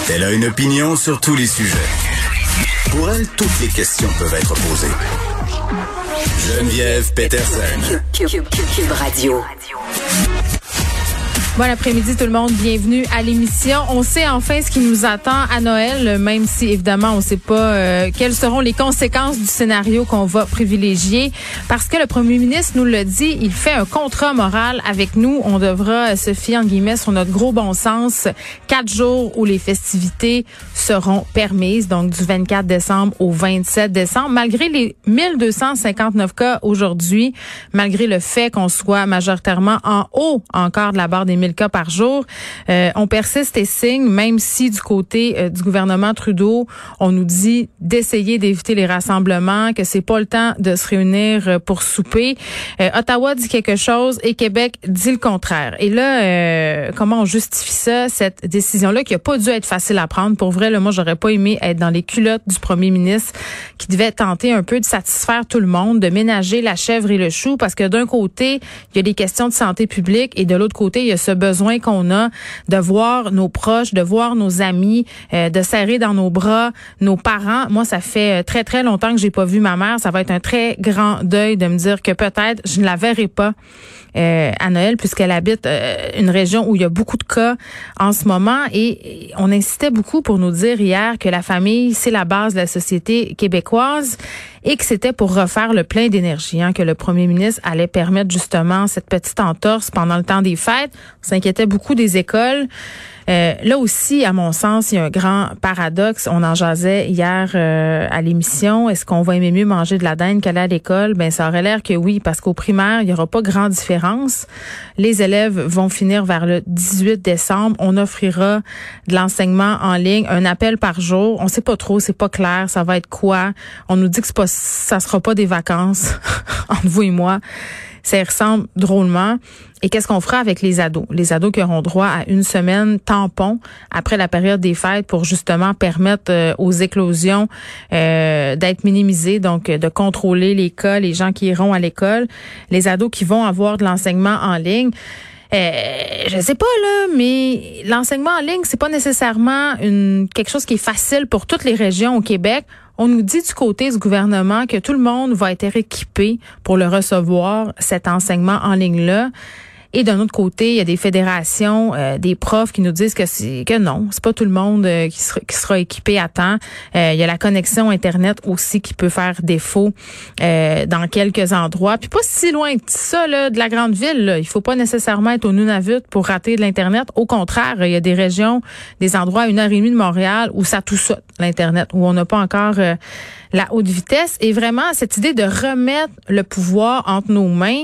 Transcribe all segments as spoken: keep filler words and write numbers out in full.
Elle a une opinion sur tous les sujets. Pour elle, toutes les questions peuvent être posées. Geneviève Peterson. Cube, Cube, Cube Radio. Bon après-midi tout le monde, bienvenue à l'émission. On sait enfin ce qui nous attend à Noël, même si évidemment on ne sait pas euh, quelles seront les conséquences du scénario qu'on va privilégier. Parce que le premier ministre nous l'a dit, il fait un contrat moral avec nous. On devra se fier en guillemets sur notre gros bon sens. Quatre jours où les festivités seront permises, donc du vingt-quatre décembre au vingt-sept décembre. Malgré les mille deux cent cinquante-neuf cas aujourd'hui, malgré le fait qu'on soit majoritairement en haut encore de la barre des mille cas par jour. Euh, on persiste et signe, même si du côté euh, du gouvernement Trudeau, on nous dit d'essayer d'éviter les rassemblements, que c'est pas le temps de se réunir euh, pour souper. Euh, Ottawa dit quelque chose et Québec dit le contraire. Et là, euh, comment on justifie ça, cette décision-là qui a pas dû être facile à prendre? Pour vrai, là, moi, j'aurais pas aimé être dans les culottes du premier ministre qui devait tenter un peu de satisfaire tout le monde, de ménager la chèvre et le chou, parce que d'un côté, il y a des questions de santé publique et de l'autre côté, il y a ce besoin qu'on a de voir nos proches, de voir nos amis, euh, de serrer dans nos bras nos parents. Moi, ça fait très, très longtemps que j'ai pas vu ma mère. Ça va être un très grand deuil de me dire que peut-être je ne la verrai pas euh, à Noël puisqu'elle habite euh, une région où il y a beaucoup de cas en ce moment. Et, et on insistait beaucoup pour nous dire hier que la famille, c'est la base de la société québécoise et que c'était pour refaire le plein d'énergie, hein, que le premier ministre allait permettre justement cette petite entorse pendant le temps des fêtes. On s'inquiétait beaucoup des écoles. Euh, là aussi, à mon sens, il y a un grand paradoxe. On en jasait hier euh, à l'émission. Est-ce qu'on va aimer mieux manger de la dinde qu'aller à l'école? Ben, ça aurait l'air que oui, parce qu'au primaire, il n'y aura pas grande différence. Les élèves vont finir vers le dix-huit décembre. On offrira de l'enseignement en ligne, un appel par jour. On sait pas trop, c'est pas clair. Ça va être quoi? On nous dit que c'est pas, ça sera pas des vacances entre vous et moi. Ça y ressemble drôlement. Et qu'est-ce qu'on fera avec les ados? Les ados qui auront droit à une semaine tampon après la période des fêtes pour justement permettre euh, aux éclosions euh, d'être minimisées, donc de contrôler les cas, les gens qui iront à l'école. Les ados qui vont avoir de l'enseignement en ligne. Euh, je sais pas là, mais l'enseignement en ligne, c'est pas nécessairement une quelque chose qui est facile pour toutes les régions au Québec. On nous dit du côté du gouvernement que tout le monde va être équipé pour le recevoir, cet enseignement en ligne-là. Et d'un autre côté, il y a des fédérations, euh, des profs qui nous disent que c'est que non, c'est pas tout le monde euh, qui sera qui sera équipé à temps. Euh, il y a la connexion Internet aussi qui peut faire défaut euh, dans quelques endroits. Puis pas si loin que ça là, de la grande ville. Là. Il faut pas nécessairement être au Nunavut pour rater de l'Internet. Au contraire, il y a des régions, des endroits à une heure et demie de Montréal où ça tout saute, l'Internet, où on n'a pas encore euh, la haute vitesse. Et vraiment, cette idée de remettre le pouvoir entre nos mains,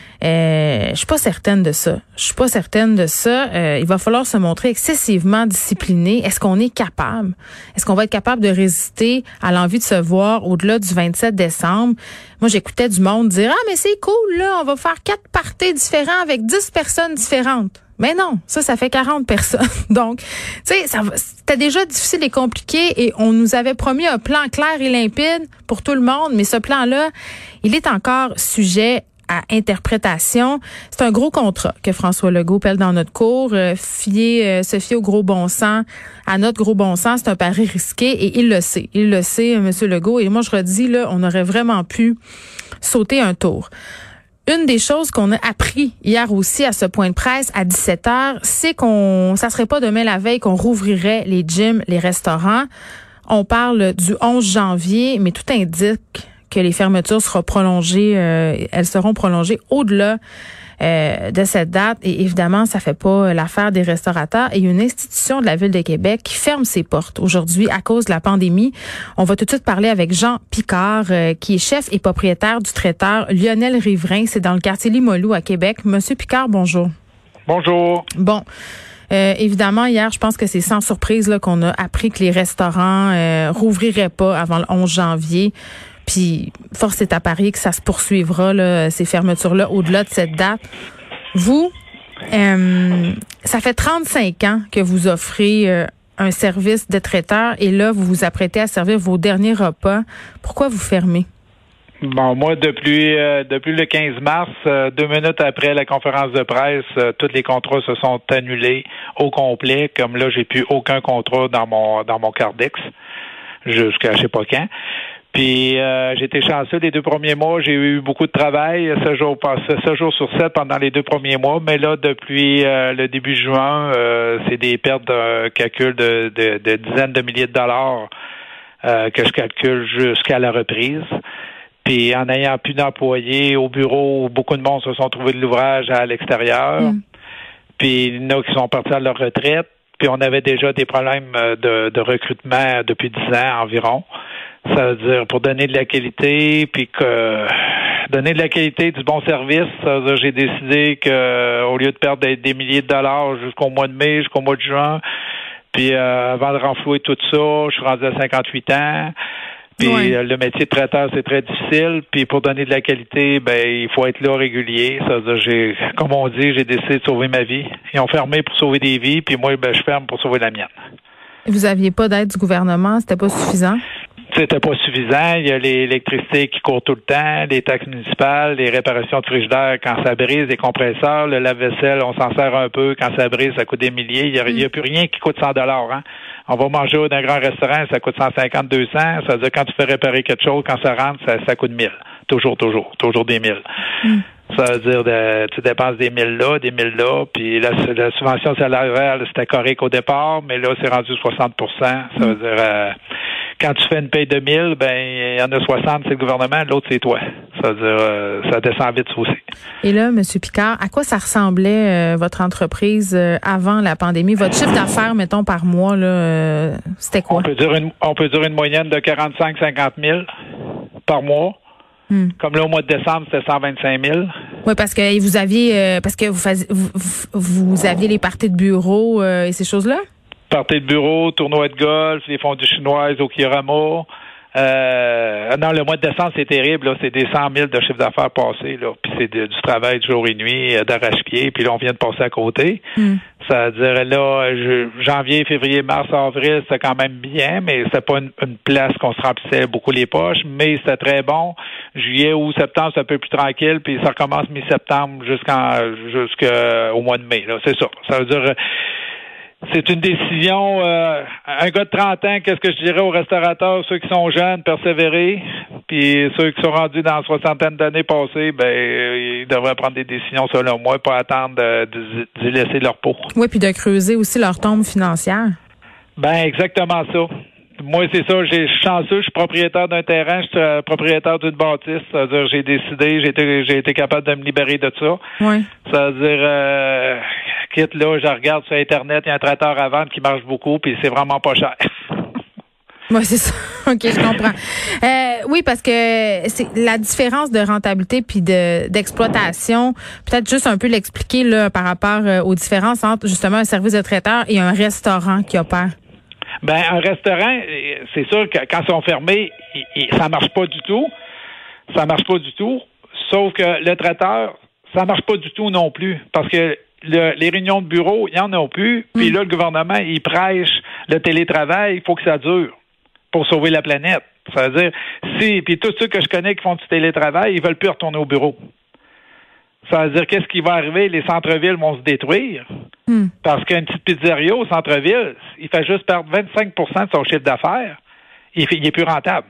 Euh, je suis pas certaine de ça. Je suis pas certaine de ça. Euh, il va falloir se montrer excessivement discipliné. Est-ce qu'on est capable? Est-ce qu'on va être capable de résister à l'envie de se voir au-delà du vingt-sept décembre? Moi, j'écoutais du monde dire « Ah, mais c'est cool, là, on va faire quatre parties différents avec dix personnes différentes. » Mais non, ça, ça fait quarante personnes. Donc, tu sais, ça c'était déjà difficile et compliqué et on nous avait promis un plan clair et limpide pour tout le monde, mais ce plan-là, il est encore sujet à interprétation. C'est un gros contrat que François Legault pèle dans notre cour. Euh, fier, euh, se fier au gros bon sens, à notre gros bon sens, c'est un pari risqué et il le sait. Il le sait, M. Legault. Et moi, je redis, là, on aurait vraiment pu sauter un tour. Une des choses qu'on a appris hier aussi à ce point de presse à dix-sept heures, c'est qu'on, ça serait pas demain la veille qu'on rouvrirait les gyms, les restaurants. On parle du onze janvier, mais tout indique que les fermetures seront prolongées, euh, elles seront prolongées au-delà euh, de cette date. Et évidemment, ça fait pas l'affaire des restaurateurs. Et il y a une institution de la Ville de Québec qui ferme ses portes aujourd'hui à cause de la pandémie. On va tout de suite parler avec Jean Picard, euh, qui est chef et propriétaire du traiteur Lionel Riverain. C'est dans le quartier Limoilou à Québec. Monsieur Picard, bonjour. Bonjour. Bon. Euh, évidemment, hier, je pense que c'est sans surprise là, qu'on a appris que les restaurants euh, rouvriraient pas avant le onze janvier. Puis, force est à parier que ça se poursuivra, là, ces fermetures-là, au-delà de cette date. Vous, euh, ça fait trente-cinq ans que vous offrez euh, un service de traiteur et là, vous vous apprêtez à servir vos derniers repas. Pourquoi vous fermez? Bon, moi, depuis euh, depuis le quinze mars, euh, deux minutes après la conférence de presse, euh, tous les contrats se sont annulés au complet. Comme là, j'ai plus aucun contrat dans mon dans mon Cardex jusqu'à je sais pas quand. Puis euh, j'ai été chanceux les deux premiers mois, j'ai eu beaucoup de travail, ce jour ce jour sur sept pendant les deux premiers mois, mais là depuis euh, le début juin, euh, c'est des pertes de calcul de, de, de dizaines de milliers de dollars euh, que je calcule jusqu'à la reprise. Puis en n'ayant plus d'employés au bureau, beaucoup de monde se sont trouvés de l'ouvrage à l'extérieur. Mm. Puis il y en a qui sont partis à leur retraite. Puis on avait déjà des problèmes de, de recrutement depuis dix ans environ. Ça veut dire pour donner de la qualité, puis que donner de la qualité, du bon service, ça veut dire j'ai décidé que au lieu de perdre des, des milliers de dollars jusqu'au mois de mai, jusqu'au mois de juin, puis euh, avant de renflouer tout ça, je suis rendu à cinquante-huit ans. Puis oui. Le métier de traiteur, c'est très difficile. Puis pour donner de la qualité, ben il faut être là régulier. Ça veut dire, j'ai, comme on dit, j'ai décidé de sauver ma vie. Ils ont fermé pour sauver des vies, puis moi, ben je ferme pour sauver la mienne. Vous aviez pas d'aide du gouvernement, c'était pas suffisant? C'était pas suffisant. Il y a l'électricité qui court tout le temps, les taxes municipales, les réparations de frigidaire quand ça brise, les compresseurs, le lave-vaisselle, on s'en sert un peu. Quand ça brise, ça coûte des milliers. Il y a, il y a plus rien qui coûte cent dollars. Hein? On va manger dans un grand restaurant, ça coûte cent cinquante, deux cents. Ça veut dire quand tu fais réparer quelque chose, quand ça rentre, ça, ça coûte mille. Toujours, toujours, toujours des mille. Mm. Ça veut dire de, tu dépenses des mille là, des mille là, puis la, la subvention salariale, c'était correct au départ, mais là, c'est rendu soixante pour cent. Ça veut dire, euh, quand tu fais une paye de mille, ben il y en a soixante, c'est le gouvernement, l'autre, c'est toi. Ça veut dire, euh, ça descend vite, ça aussi. Et là, M. Picard, à quoi ça ressemblait euh, votre entreprise euh, avant la pandémie? Votre chiffre d'affaires, mettons, par mois, là, euh, c'était quoi? On peut dire une, on peut dire une moyenne de quarante-cinq à cinquante mille par mois. Hmm. Comme là, au mois de décembre, c'était cent vingt-cinq mille. Oui, parce que vous aviez, euh, parce que vous, faisiez, vous, vous aviez les parties de bureau euh, et ces choses-là? Parties de bureau, tournois de golf, les fondues chinoises au Kiramo. Euh, non, le mois de décembre, c'est terrible. Là. C'est des cent mille de chiffre d'affaires passés. Là. Puis c'est de, du travail de jour et nuit, euh, d'arrache-pied. Puis là, on vient de passer à côté. Mm. Ça veut dire, là, je, janvier, février, mars, avril, c'était quand même bien, mais c'était pas une, une place qu'on se remplissait beaucoup les poches. Mais c'était très bon. Juillet ou septembre, c'est un peu plus tranquille. Puis ça recommence mi-septembre jusqu'en jusqu'au mois de mai. Là. C'est ça. Ça veut dire... C'est une décision, euh, un gars de trente ans, qu'est-ce que je dirais aux restaurateurs, ceux qui sont jeunes, persévérer, puis ceux qui sont rendus dans la soixantaine d'années passées, ben ils devraient prendre des décisions selon moi, pas attendre de, de, de laisser leur peau. Oui, puis de creuser aussi leur tombe financière. Ben exactement ça. Moi, c'est ça, j'ai, je suis chanceux, je suis propriétaire d'un terrain, je suis euh, propriétaire d'une bâtisse, c'est-à-dire j'ai décidé, j'ai été, j'ai été capable de me libérer de ça. Oui. C'est-à-dire, euh, quitte là, je regarde sur Internet, il y a un traiteur à vendre qui marche beaucoup, puis c'est vraiment pas cher. Oui, c'est ça. OK, je comprends. Euh, oui, parce que c'est la différence de rentabilité puis de d'exploitation, peut-être juste un peu l'expliquer là par rapport euh, aux différences entre justement un service de traiteur et un restaurant qui opère. Ben, un restaurant, c'est sûr que quand ils sont fermés, ça marche pas du tout. Ça marche pas du tout. Sauf que le traiteur, ça marche pas du tout non plus. Parce que le, les réunions de bureau, il y en a plus. Puis mm. là, le gouvernement, il prêche le télétravail. Il faut que ça dure pour sauver la planète. Ça veut dire, si, puis tous ceux que je connais qui font du télétravail, ils veulent plus retourner au bureau. Ça veut dire, qu'est-ce qui va arriver? Les centres-villes vont se détruire. Mm. Parce qu'une petite pizzeria au centre-ville, il fait juste perdre vingt-cinq pour cent de son chiffre d'affaires. Il, il est plus rentable.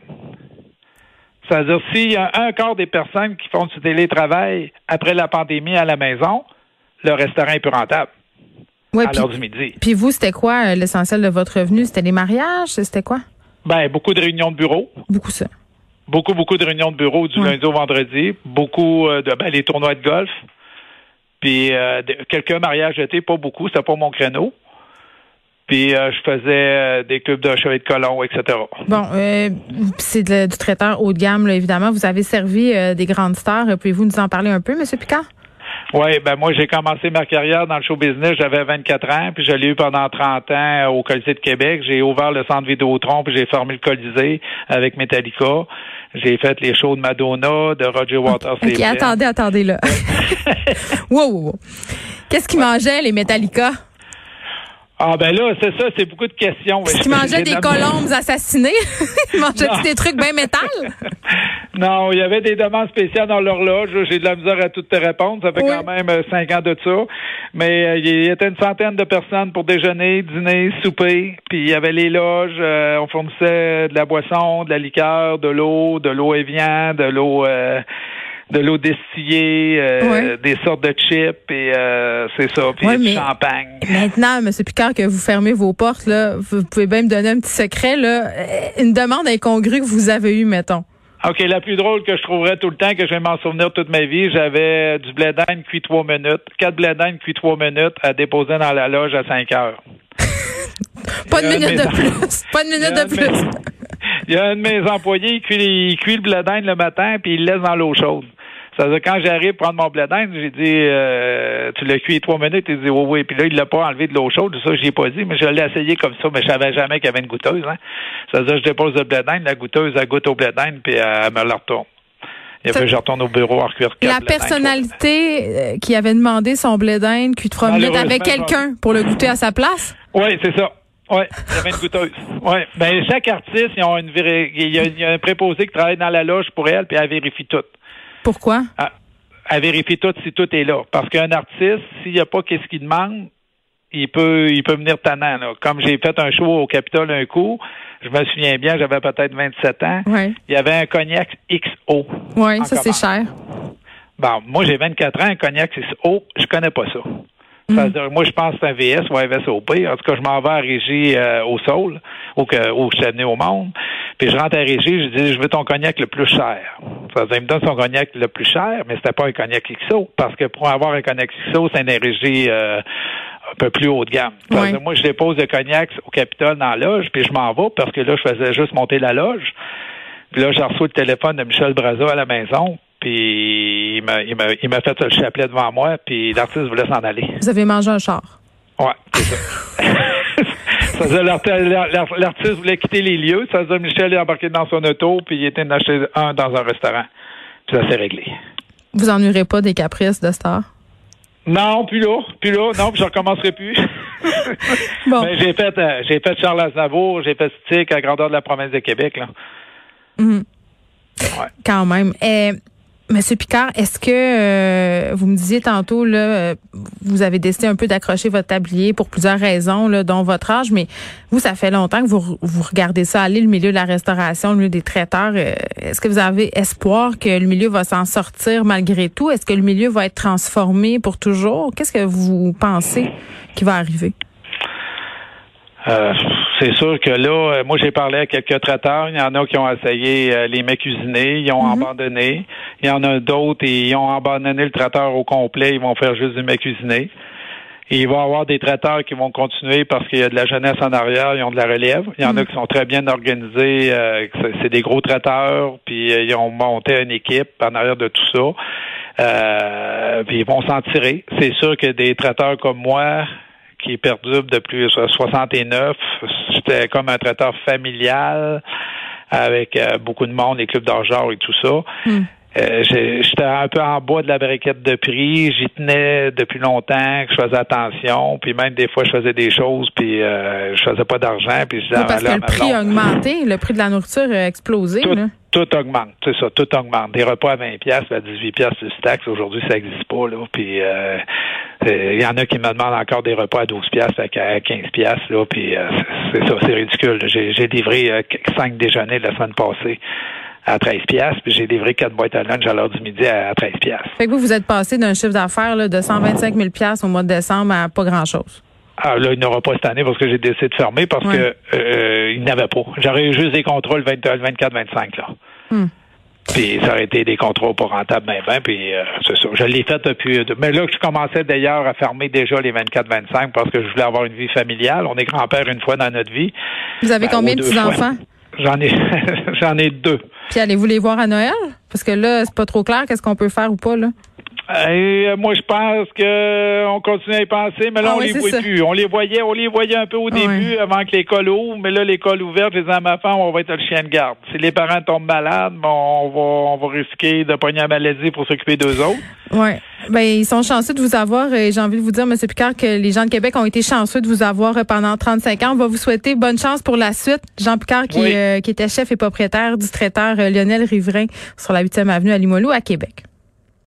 Ça veut dire, s'il y a un quart des personnes qui font du télétravail après la pandémie à la maison, le restaurant est plus rentable. Ouais, à l'heure du midi. Puis vous, c'était quoi euh, l'essentiel de votre revenu? C'était les mariages? C'était quoi? Ben, beaucoup de réunions de bureau. Beaucoup ça. Beaucoup, beaucoup de réunions de bureau du ouais. lundi au vendredi. Beaucoup euh, de ben, les tournois de golf. Puis euh, de, quelques mariages d'été, pas beaucoup, c'était pas mon créneau. Puis euh, je faisais euh, des clubs de chevet de colon, et cetera. Bon, euh, c'est de, du traiteur haut de gamme, là, évidemment. Vous avez servi euh, des grandes stars. Pouvez-vous nous en parler un peu, M. Picard? Oui, ben moi, j'ai commencé ma carrière dans le show business, j'avais vingt-quatre ans, puis je l'ai eu pendant trente ans au Colisée de Québec. J'ai ouvert le centre Vidéotron, puis j'ai formé le Colisée avec Metallica. J'ai fait les shows de Madonna, de Roger Waters. OK, okay attendez, attendez, là. wow, wow, wow. Qu'est-ce qu'ils mangeaient, les Metallica? Ah ben là, c'est ça, c'est beaucoup de questions. Est-ce qu'ils mangeaient des colombes assassinées? Ils mangeaient des trucs bien métal? Non, il y avait des demandes spéciales dans l'horloge. J'ai de la misère à toutes te répondre. Ça fait oui. quand même cinq ans de ça. Mais euh, il y était une centaine de personnes pour déjeuner, dîner, souper. Puis il y avait les loges. Euh, on fournissait de la boisson, de la liqueur, de l'eau, de l'eau Evian, de l'eau... Euh, de l'eau distillée, euh, oui. des sortes de chips, et euh, c'est ça, puis oui, du champagne. Maintenant, M. Picard, que vous fermez vos portes, là, vous pouvez bien me donner un petit secret, là, une demande incongrue que vous avez eue, mettons. OK, la plus drôle que je trouverais tout le temps, que je vais m'en souvenir toute ma vie, j'avais du blé d'Inde cuit trois minutes, quatre blé d'Inde cuit trois minutes à déposer dans la loge à cinq heures. Pas de minute de plus. Pas de minute de plus. Il y a un de mes employés, il cuit, il cuit le blé d'Inde le matin, puis il le laisse dans l'eau chaude. Ça veut dire, quand j'arrive prendre mon blé d'Inde, j'ai dit, euh, tu l'as cuit trois minutes, il dit, oui, oui. Puis là, il l'a pas enlevé de l'eau chaude, ça, je l'ai pas dit, mais je l'ai essayé comme ça, mais je savais jamais qu'il y avait une goûteuse, hein. Ça veut dire, je dépose le blé d'Inde, la goûteuse, elle goûte au blé d'Inde, puis elle me la retourne. Et après, je retourne au bureau à recuire quatre. La personnalité qui avait demandé son blé d'Inde cuit trois minutes avait quelqu'un pour le goûter à sa place? Oui, c'est ça. Oui, il y avait une goûteuse. Oui. Ben, chaque artiste, ils ont une vé... il, y a, il y a un préposé qui travaille dans la loge pour elle, puis elle vérifie tout. Pourquoi? Elle, elle vérifie tout si tout est là. Parce qu'un artiste, s'il n'y a pas qu'est-ce qu'il demande, il peut il peut venir tannant. Là. Comme j'ai fait un show au Capitole un coup, je me souviens bien, j'avais peut-être vingt-sept ans. Ouais. Il y avait un cognac X O. Oui, ça commande. C'est cher. Bon, moi j'ai vingt-quatre ans, un cognac X O, je connais pas ça. Mm. Ça veut dire, moi, je pense que c'est un V S ou un V S O P. En tout cas, je m'en vais à Régie euh, au Saule, où, que, où je suis venu au monde. Puis je rentre à Régie, je dis, je veux ton cognac le plus cher. Ça veut dire, il me donne son cognac le plus cher, mais c'était pas un cognac X O. Parce que pour avoir un cognac X O, c'est une Régie euh, un peu plus haut de gamme. Ça veut dire, moi, je dépose le cognac au Capitole dans la loge, puis je m'en vais parce que là, je faisais juste monter la loge. Puis là, j'ai reçu le téléphone de Michel Braza à la maison. Puis il m'a, il m'a, il m'a fait le chapelet devant moi, puis l'artiste voulait s'en aller. Vous avez mangé un char? Ouais, c'est ça. Ça veut dire, l'artiste, l'artiste voulait quitter les lieux. Ça veut dire, Michel est embarqué dans son auto, puis il était en acheter un dans un restaurant. Puis ça s'est réglé. Vous ennuierez pas des caprices de star? Non, plus là, plus là. Non, puis je recommencerai plus. Bon. Mais j'ai fait, euh, j'ai fait Charles Aznavour, j'ai fait Stick à grandeur de la province de Québec, là. Mm. Ouais. Quand même. Euh, Monsieur Picard, est-ce que euh, vous me disiez tantôt là, euh, vous avez décidé un peu d'accrocher votre tablier pour plusieurs raisons, là, dont votre âge, mais vous, ça fait longtemps que vous vous regardez ça aller, le milieu de la restauration, le milieu des traiteurs. Euh, est-ce que vous avez espoir que le milieu va s'en sortir malgré tout? Est-ce que le milieu va être transformé pour toujours? Qu'est-ce que vous pensez qui va arriver? Euh, c'est sûr que là, moi j'ai parlé à quelques traiteurs, il y en a qui ont essayé euh, les mets cuisinés, ils ont mm-hmm. abandonné. Il y en a d'autres et ils ont abandonné le traiteur au complet, ils vont faire juste du mets cuisiné. Et il va y avoir des traiteurs qui vont continuer parce qu'il y a de la jeunesse en arrière, ils ont de la relève. Il y en mm-hmm. a qui sont très bien organisés, euh, c'est des gros traiteurs, puis euh, ils ont monté une équipe en arrière de tout ça. Euh, puis ils vont s'en tirer. C'est sûr que des traiteurs comme moi, qui perdure depuis soixante-neuf. J'étais comme un traiteur familial avec euh, beaucoup de monde, les clubs d'argent et tout ça. Mm. Euh, j'étais un peu en bas de la briquette de prix. J'y tenais depuis longtemps, que je faisais attention. Puis même des fois, je faisais des choses, puis euh, je faisais pas d'argent. Puis je disais, oui, parce que le prix a augmenté. Le prix de la nourriture a explosé. Tout, là. tout augmente, c'est ça, tout augmente. Des repas à vingt piastres, à dix-huit piastres plus taxes, aujourd'hui, ça n'existe pas, là. Puis euh, il y en a qui me demandent encore des repas à douze piastres, à quinze piastres, là. Puis euh, c'est ça, c'est ridicule. J'ai, j'ai livré euh, cinq déjeuners la semaine passée à treize piastres, puis j'ai livré quatre boîtes à lunch à l'heure du midi à treize piastres. Fait que vous, vous êtes passé d'un chiffre d'affaires là, de cent vingt-cinq mille piastres au mois de décembre à pas grand-chose. Ah, là, il n'y aura pas cette année parce que j'ai décidé de fermer parce ouais. que euh, il n'avait pas. J'aurais eu juste des contrats le vingt-quatre vingt-cinq, là. Hmm. Puis ça aurait été des contrats pas rentables, ben, ben, puis euh, c'est ça. Je l'ai fait depuis... Mais là, je commençais d'ailleurs à fermer déjà les vingt-quatre vingt-cinq parce que je voulais avoir une vie familiale. On est grand-père une fois dans notre vie. Vous avez ben, combien de petits-enfants? J'en ai j'en ai deux. Puis allez-vous les voir à Noël? Parce que là, c'est pas trop clair qu'est-ce qu'on peut faire ou pas, là. Et euh, moi, je pense que on continue à y penser, mais là, ah on oui, les voit ça. plus. On les voyait, on les voyait un peu au ah début oui. avant que l'école ouvre, mais là, l'école ouverte, je disais à ma femme, on va être le chien de garde. Si les parents tombent malades, bon, on va on va risquer de pogner la maladie pour s'occuper d'eux autres. Ouais. Ben, ils sont chanceux de vous avoir. Et j'ai envie de vous dire, M. Picard, que les gens de Québec ont été chanceux de vous avoir pendant trente-cinq ans. On va vous souhaiter bonne chance pour la suite. Jean Picard, qui, oui. euh, qui était chef et propriétaire du traiteur euh, Lionel Riverain sur la huitième avenue à Limoilou, à Québec.